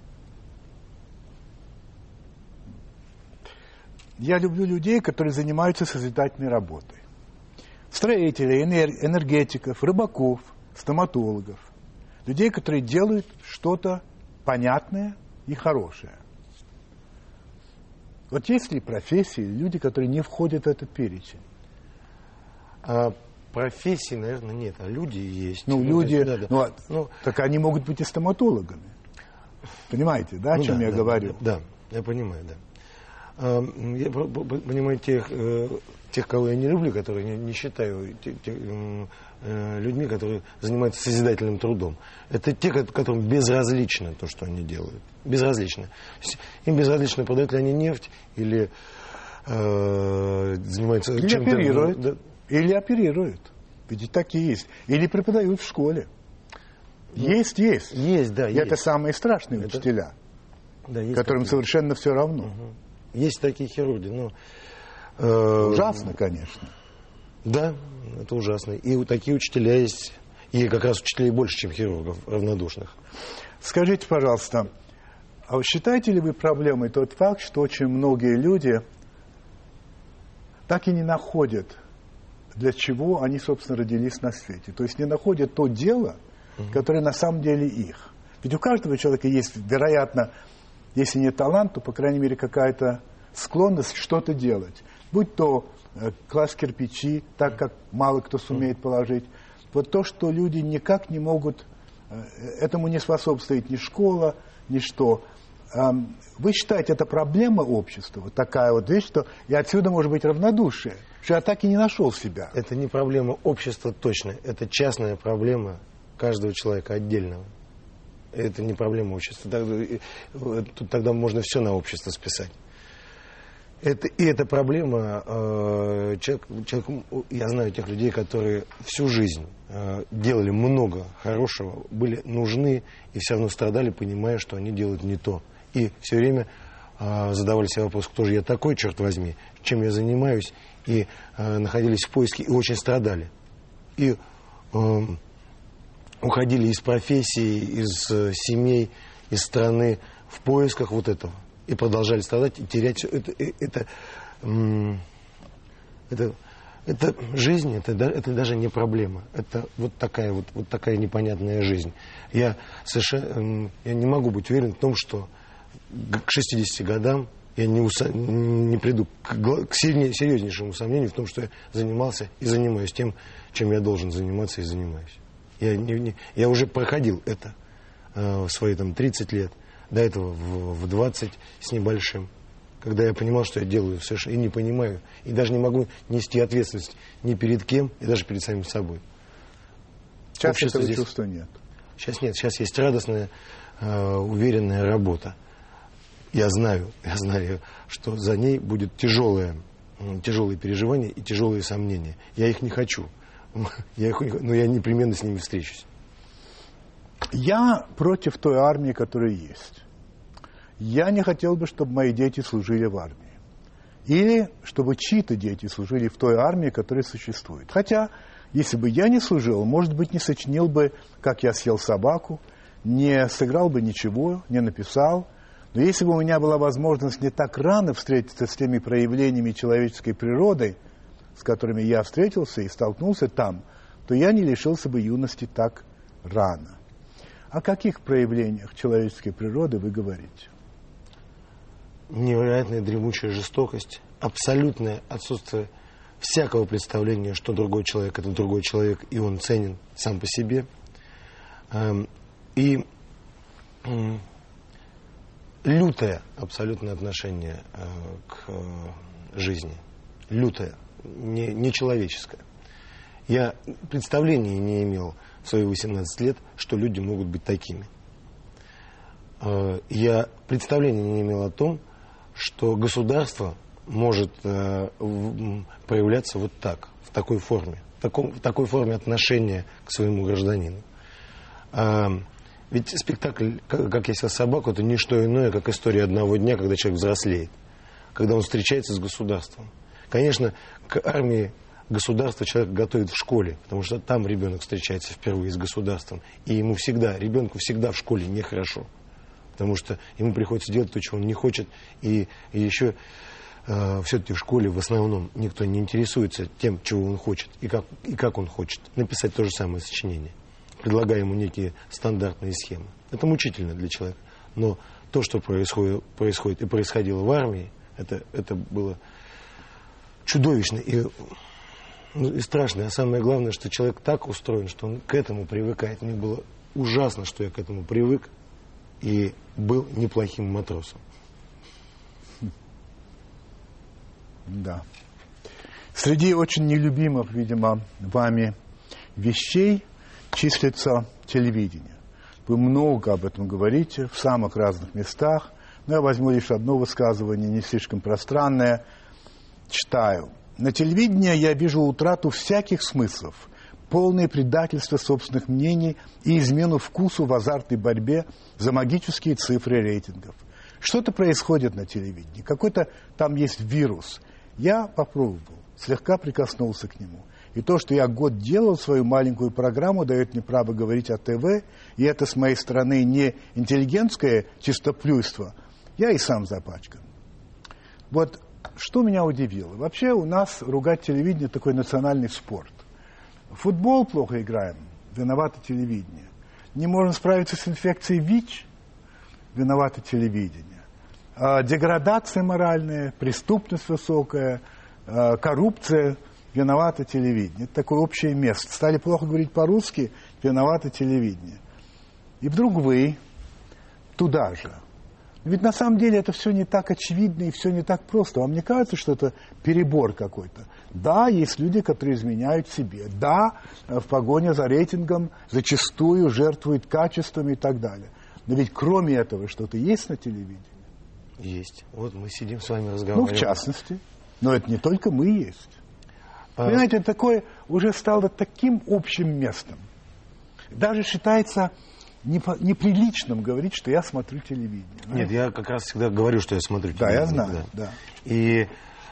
Я люблю людей, которые занимаются созидательной работой. Строителей, энергетиков, рыбаков, стоматологов. Людей, которые делают что-то понятное и хорошее. Вот есть ли профессии, люди, которые не входят в этот перечень? А профессий, наверное, нет, а люди есть. Ну, люди, да, да. Ну, ну, так они могут быть и стоматологами. Понимаете, да, о ну, чем да, я да, говорю? Да, да, я понимаю, да. А, я понимаю тех, тех, кого я не люблю, которые не, не считаю те, те, э, людьми, которые занимаются созидательным трудом. Это те, которым безразлично то, что они делают. Безразлично. Им безразлично, продают ли они нефть или э, занимаются или чем-то. Оперируют. Да. Или оперируют. Ведь такие есть. Или преподают в школе. Ну, есть, есть. Есть, да, и есть. Это самые страшные это... учителя, да, есть которым такие. Совершенно все равно. Угу. Есть такие хирурги, но... Э, ужасно, конечно. Да, это ужасно. И у такие учителя есть, и как раз учителей больше, чем хирургов, равнодушных. Скажите, пожалуйста, а вы считаете ли вы проблемой тот факт, что очень многие люди так и не находят, для чего они, собственно, родились на свете? То есть не находят то дело, угу. которое на самом деле их. Ведь у каждого человека есть, вероятно, если не талант, то, по крайней мере, какая-то склонность что-то делать. Будь то э, класть кирпичи, так как мало кто сумеет положить. Вот то, что люди никак не могут, э, этому не способствует ни школа, ни что. Э, вы считаете, это проблема общества? Вот такая вот вещь, что и отсюда может быть равнодушие, что я так и не нашел себя. Это не проблема общества точно, это частная проблема каждого человека отдельного. Это не проблема общества. Тут тогда можно все на общество списать. Это, и эта проблема, э, человек, человек, я знаю тех людей, которые всю жизнь э, делали много хорошего, были нужны и все равно страдали, понимая, что они делают не то. И все время э, задавали себе вопрос, кто же я такой, черт возьми, чем я занимаюсь, и э, находились в поиске и очень страдали. И э, уходили из профессии, из э, семей, из страны в поисках вот этого. И продолжали страдать и терять все. Это, это, это, это жизнь, это, это даже не проблема. Это вот такая вот, вот такая непонятная жизнь. Я совершенно я не могу быть уверен в том, что к шестидесяти годам я не, уса, не приду к, к серьезнейшему сомнению в том, что я занимался и занимаюсь тем, чем я должен заниматься и занимаюсь. Я, не, не, я уже проходил это э, в свои там, тридцать лет. До этого в, в двадцать с небольшим, когда я понимал, что я делаю совершенно, и не понимаю, и даже не могу нести ответственность ни перед кем, и даже перед самим собой. Сейчас Общество этого здесь... чувства нет. Сейчас нет, сейчас есть радостная, э, уверенная работа. Я знаю, я знаю, что за ней будет тяжелое, тяжелые переживания и тяжелые сомнения. Я их не хочу, я их, но я непременно с ними встречусь. Я против той армии, которая есть. Я не хотел бы, чтобы мои дети служили в армии. Или чтобы чьи-то дети служили в той армии, которая существует. Хотя, если бы я не служил, может быть, не сочинил бы, как я съел собаку, не сыграл бы ничего, не написал. Но если бы у меня была возможность не так рано встретиться с теми проявлениями человеческой природы, с которыми я встретился и столкнулся там, то я не лишился бы юности так рано. О каких проявлениях человеческой природы вы говорите? невероятная дремучая жестокость, абсолютное отсутствие всякого представления, что другой человек – это другой человек, и он ценен сам по себе. И лютое абсолютное отношение к жизни. Лютое, не, нечеловеческое. Я представления не имел в свои восемнадцать лет, что люди могут быть такими. Я представления не имел о том, что государство может проявляться вот так, в такой форме, в, таком, в такой форме отношения к своему гражданину. Ведь спектакль «Как я съел собаку» — это не что иное, как история одного дня, когда человек взрослеет, когда он встречается с государством. Конечно, к армии государство человек готовит в школе, потому что там ребенок встречается впервые с государством, и ему всегда, ребенку всегда в школе нехорошо, потому что ему приходится делать то, чего он не хочет, и, и еще э, все-таки в школе в основном никто не интересуется тем, чего он хочет, и как, и как он хочет написать то же самое сочинение, предлагая ему некие стандартные схемы. Это мучительно для человека, но то, что происходит, происходит и происходило в армии, это, это было чудовищно и, ну, и страшно. А самое главное, что человек так устроен, что он к этому привыкает. Мне было ужасно, что я к этому привык и был неплохим матросом. Да. Среди очень нелюбимых, видимо, вами вещей числится телевидение. Вы много об этом говорите в самых разных местах. Но я возьму лишь одно высказывание, не слишком пространное. Читаю. На телевидении я вижу утрату всяких смыслов, полное предательство собственных мнений и измену вкусу в азартной борьбе за магические цифры рейтингов. Что-то происходит на телевидении, какой-то там есть вирус. Я попробовал, слегка прикоснулся к нему. И то, что я год делал свою маленькую программу, дает мне право говорить о ТВ, и это с моей стороны не интеллигентское чистоплюйство, я и сам запачкан. Вот что меня удивило. Вообще у нас ругать телевидение такой национальный спорт. Футбол плохо играем, виновато телевидение. Не можем справиться с инфекцией ВИЧ, виновато телевидение. А деградация моральная, преступность высокая, а коррупция, виновато телевидение. Это такое общее место. Стали плохо говорить по-русски, виновато телевидение. И вдруг вы туда же. Ведь на самом деле это все не так очевидно и все не так просто. Вам не кажется, что это перебор какой-то? Да, есть люди, которые изменяют себе. Да, в погоне за рейтингом зачастую жертвуют качеством и так далее. Но ведь кроме этого что-то есть на телевидении? Есть. Вот мы сидим с вами разговариваем. Ну, в частности. Но это не только мы есть. А... Понимаете, это такое уже стало таким общим местом. Даже считается неприличным говорить, что я смотрю телевидение. Нет, я как раз всегда говорю, что я смотрю да, телевидение. Я знаю, да. да. И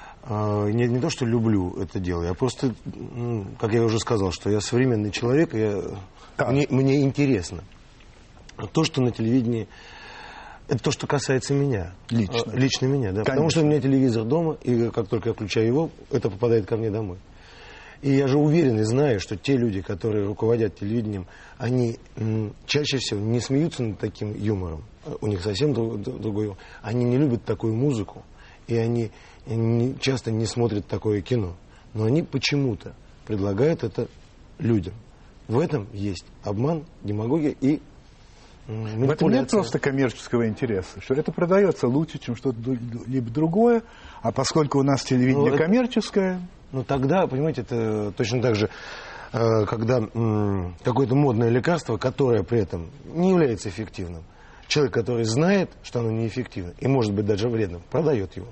э, не, не то, что люблю это дело, я просто, ну, как я уже сказал, что я современный человек, я, да. мне, мне интересно. То, что на телевидении, это то, что касается меня. Лично. Э, лично меня, да. Конечно. Потому что у меня телевизор дома, и как только я включаю его, это попадает ко мне домой. И я же уверен и знаю, что те люди, которые руководят телевидением, они м, чаще всего не смеются над таким юмором. У них совсем друг, другой. Они не любят такую музыку, и они не, часто не смотрят такое кино. Но они почему-то предлагают это людям. В этом есть обман, демагогия и манипуляция. В этом нет просто коммерческого интереса, что это продается лучше, чем что-либо другое, а поскольку у нас телевидение ну, коммерческое... Ну тогда, понимаете, это точно так же, когда м, какое-то модное лекарство, которое при этом не является эффективным, человек, который знает, что оно неэффективно и может быть даже вредным, продает его.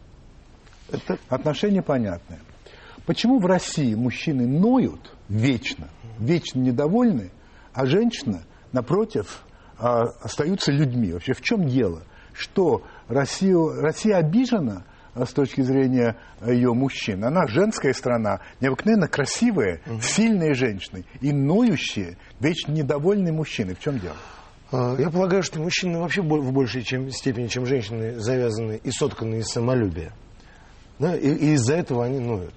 Это... Отношения понятные. Почему в России мужчины ноют вечно, вечно недовольны, а женщины, напротив, остаются людьми? Вообще в чем дело? Что Россию, Россия обижена с точки зрения ее мужчин? Она женская страна, необыкновенно красивая, угу. сильные женщины и ноющие, вечно недовольные мужчины. В чем дело? Я полагаю, что мужчины вообще в большей чем, степени, чем женщины, завязаны и сотканы из самолюбия. Да? И, и из-за этого они ноют.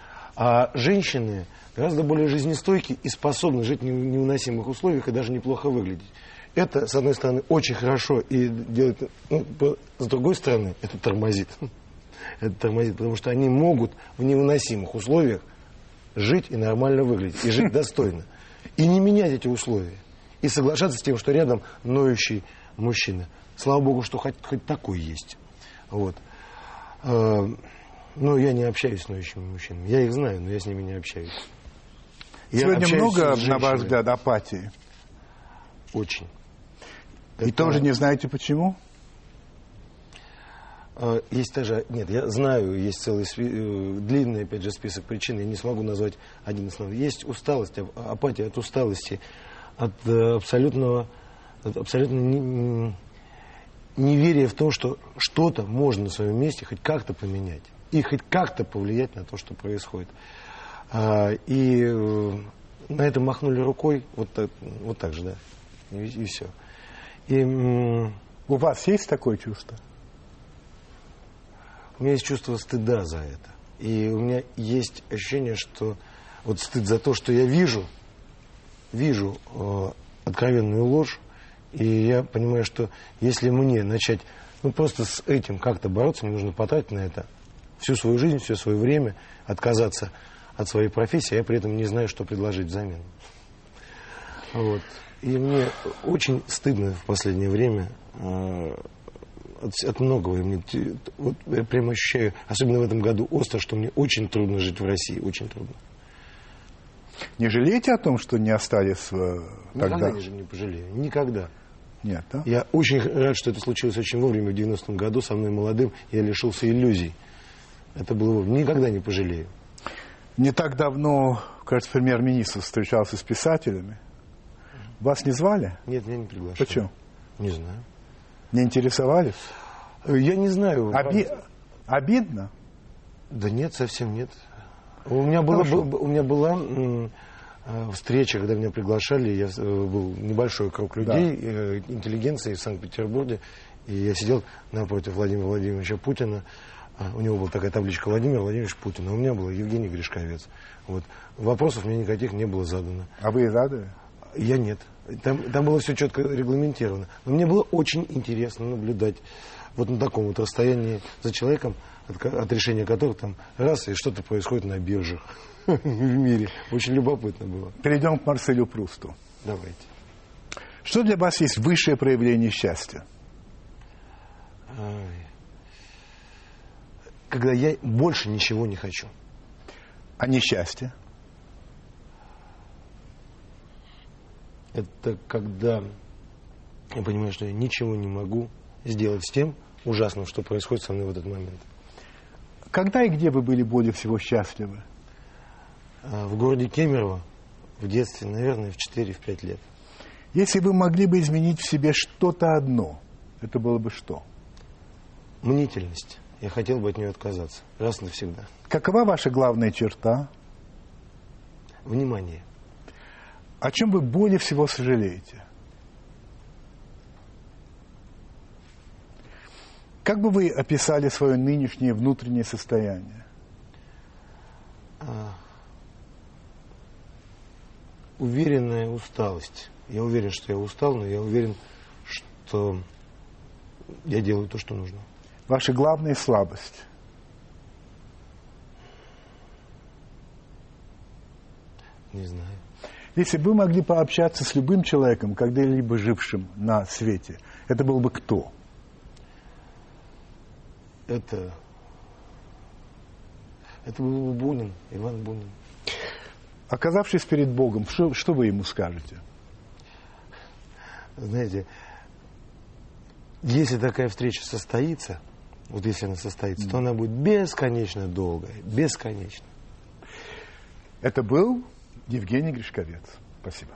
А женщины гораздо более жизнестойкие и способны жить в невыносимых условиях и даже неплохо выглядеть. Это, с одной стороны, очень хорошо и делает, ну, с другой стороны, это тормозит. Это тормозит, потому что они могут в невыносимых условиях жить и нормально выглядеть, и жить достойно. И не менять эти условия. И соглашаться с тем, что рядом ноющий мужчина. Слава богу, что хоть, хоть такой есть. Вот. Но я не общаюсь с ноющими мужчинами. Я их знаю, но я с ними не общаюсь. Я Сегодня общаюсь много, с на ваш взгляд, апатии? Очень. И Это... тоже не знаете почему? Есть даже... Нет, я знаю, есть целый длинный, опять же, список причин. Я не смогу назвать один основной. Есть усталость, апатия от усталости, от абсолютного... От абсолютно не, неверия в то, что что-то можно на своем месте хоть как-то поменять. И хоть как-то повлиять на то, что происходит. И на это махнули рукой, вот так, вот так же, да, и, и все. И, у вас есть такое чувство? У меня есть чувство стыда за это. И у меня есть ощущение, что вот стыд за то, что я вижу, вижу э, откровенную ложь, и я понимаю, что если мне начать, ну, просто с этим как-то бороться, мне нужно потратить на это всю свою жизнь, все свое время, отказаться от своей профессии, а я при этом не знаю, что предложить взамен. Вот. И мне очень стыдно в последнее время э, от, от многого. И мне, вот, я прямо ощущаю, особенно в этом году, остро, что мне очень трудно жить в России, очень трудно. Не жалеете о том, что не остались э, тогда? Никогда не, не пожалею, никогда. Нет, да? Я очень рад, что это случилось очень вовремя, в девяностом году, со мной молодым, я лишился иллюзий. Это было вовремя. Никогда не пожалею. Не так давно, кажется, премьер-министр встречался с писателями. Вас не звали? Нет, меня не приглашали. Почему? Не знаю. Не интересовались? Я не знаю. Оби... Обидно? Да нет, совсем нет. У меня, было, был, у меня была м, встреча, когда меня приглашали, я, был небольшой круг людей, да. э, интеллигенции в Санкт-Петербурге, и я сидел напротив Владимира Владимировича Путина. У него была такая табличка Владимир Владимирович Путин, а у меня был Евгений Гришковец. Вот. Вопросов мне никаких не было задано. А вы задали? Я нет. Там, там было все четко регламентировано. Но мне было очень интересно наблюдать вот на таком вот расстоянии за человеком, от, от решения которого там раз и что-то происходит на биржах в мире. Очень любопытно было. Перейдем к Марселю Прусту. Давайте. Что для вас есть высшее проявление счастья? Ай. Когда я больше ничего не хочу. А несчастье? Это когда я понимаю, что я ничего не могу сделать с тем ужасным, что происходит со мной в этот момент. Когда и где вы были более всего счастливы? В городе Кемерово в детстве, наверное, в четыре-пять лет. Если вы могли бы изменить в себе что-то одно, это было бы что? Мнительность. Я хотел бы от нее отказаться. Раз и навсегда. Какова ваша главная черта? Внимание. О чем вы более всего сожалеете? Как бы вы описали свое нынешнее внутреннее состояние? А, уверенная усталость. Я уверен, что я устал, но я уверен, что я делаю то, что нужно. Ваша главная слабость? Не знаю. Если бы вы могли пообщаться с любым человеком, когда-либо жившим на свете, это был бы кто? Это... Это был бы Бунин, Иван Бунин. Оказавшись перед Богом, что, что вы ему скажете? Знаете, если такая встреча состоится, вот если она состоится, mm. то она будет бесконечно долгая, бесконечно. Это был Евгений Гришковец. Спасибо.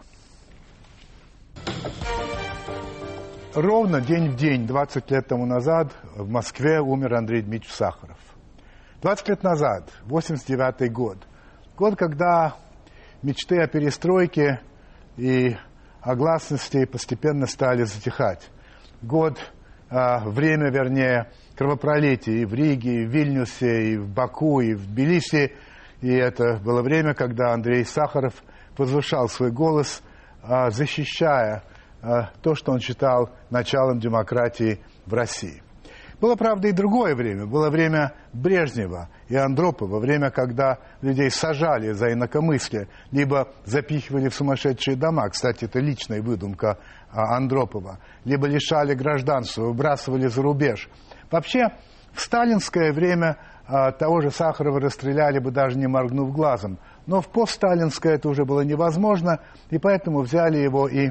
Ровно день в день, двадцать лет тому назад, в Москве умер Андрей Дмитриевич Сахаров. двадцать лет назад, восемьдесят девятый год. Год, когда мечты о перестройке и о гласности постепенно стали затихать. Год, а, время, вернее, кровопролития и в Риге, и в Вильнюсе, и в Баку, и в Тбилиси. И это было время, когда Андрей Сахаров возвышал свой голос, а, защищая то, что он считал началом демократии в России. Было, правда, и другое время. Было время Брежнева и Андропова, время, когда людей сажали за инакомыслие, либо запихивали в сумасшедшие дома. Кстати, это личная выдумка Андропова. Либо лишали гражданства, выбрасывали за рубеж. Вообще, в сталинское время того же Сахарова расстреляли бы, даже не моргнув глазом. Но в постсталинское это уже было невозможно, и поэтому взяли его и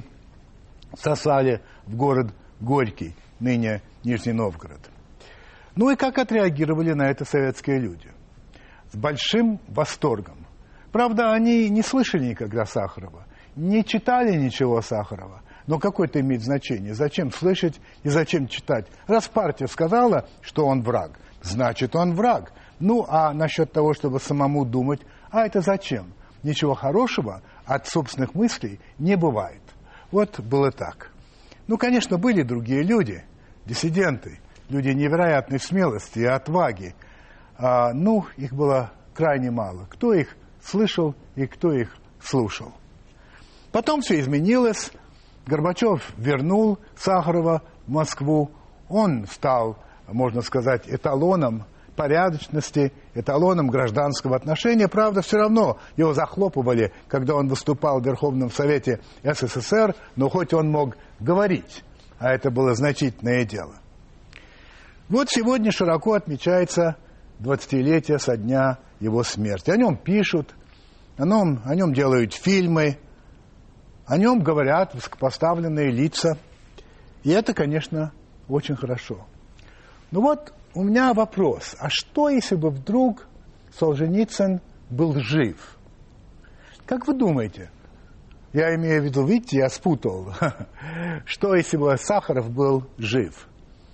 сослали в город Горький, ныне Нижний Новгород. Ну и как отреагировали на это советские люди? С большим восторгом. Правда, они не слышали никогда Сахарова, не читали ничего Сахарова. Но какое это имеет значение? Зачем слышать и зачем читать? Раз партия сказала, что он враг, значит, он враг. Ну, а насчет того, чтобы самому думать, а это зачем? Ничего хорошего от собственных мыслей не бывает. Вот было так. Ну, конечно, были другие люди, диссиденты, люди невероятной смелости и отваги. А, ну, их было крайне мало. Кто их слышал и кто их слушал. Потом все изменилось. Горбачев вернул Сахарова в Москву. Он стал, можно сказать, эталоном порядочности, эталоном гражданского отношения. Правда, все равно его захлопывали, когда он выступал в Верховном Совете СССР, но хоть он мог говорить, а это было значительное дело. Вот сегодня широко отмечается двадцатилетие со дня его смерти. О нем пишут, о нем, о нем делают фильмы, о нем говорят высокопоставленные лица. И это, конечно, очень хорошо. Ну вот у меня вопрос. А что, если бы вдруг Солженицын был жив? Как вы думаете? Я имею в виду, видите, я спутал. Что, если бы Сахаров был жив?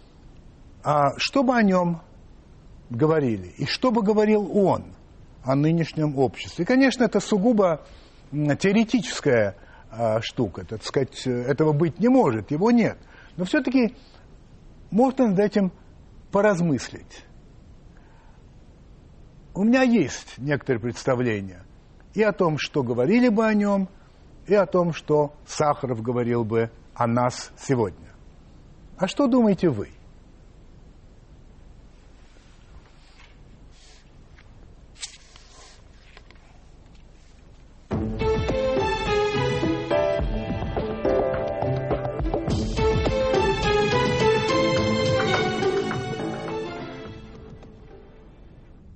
А что бы о нем говорили? И что бы говорил он о нынешнем обществе? И, конечно, это сугубо теоретическая а, штука. Так сказать, этого быть не может, его нет. Но все-таки можно над этим поразмыслить. У меня есть некоторые представления и о том, что говорили бы о нем, и о том, что Сахаров говорил бы о нас сегодня. А что думаете вы?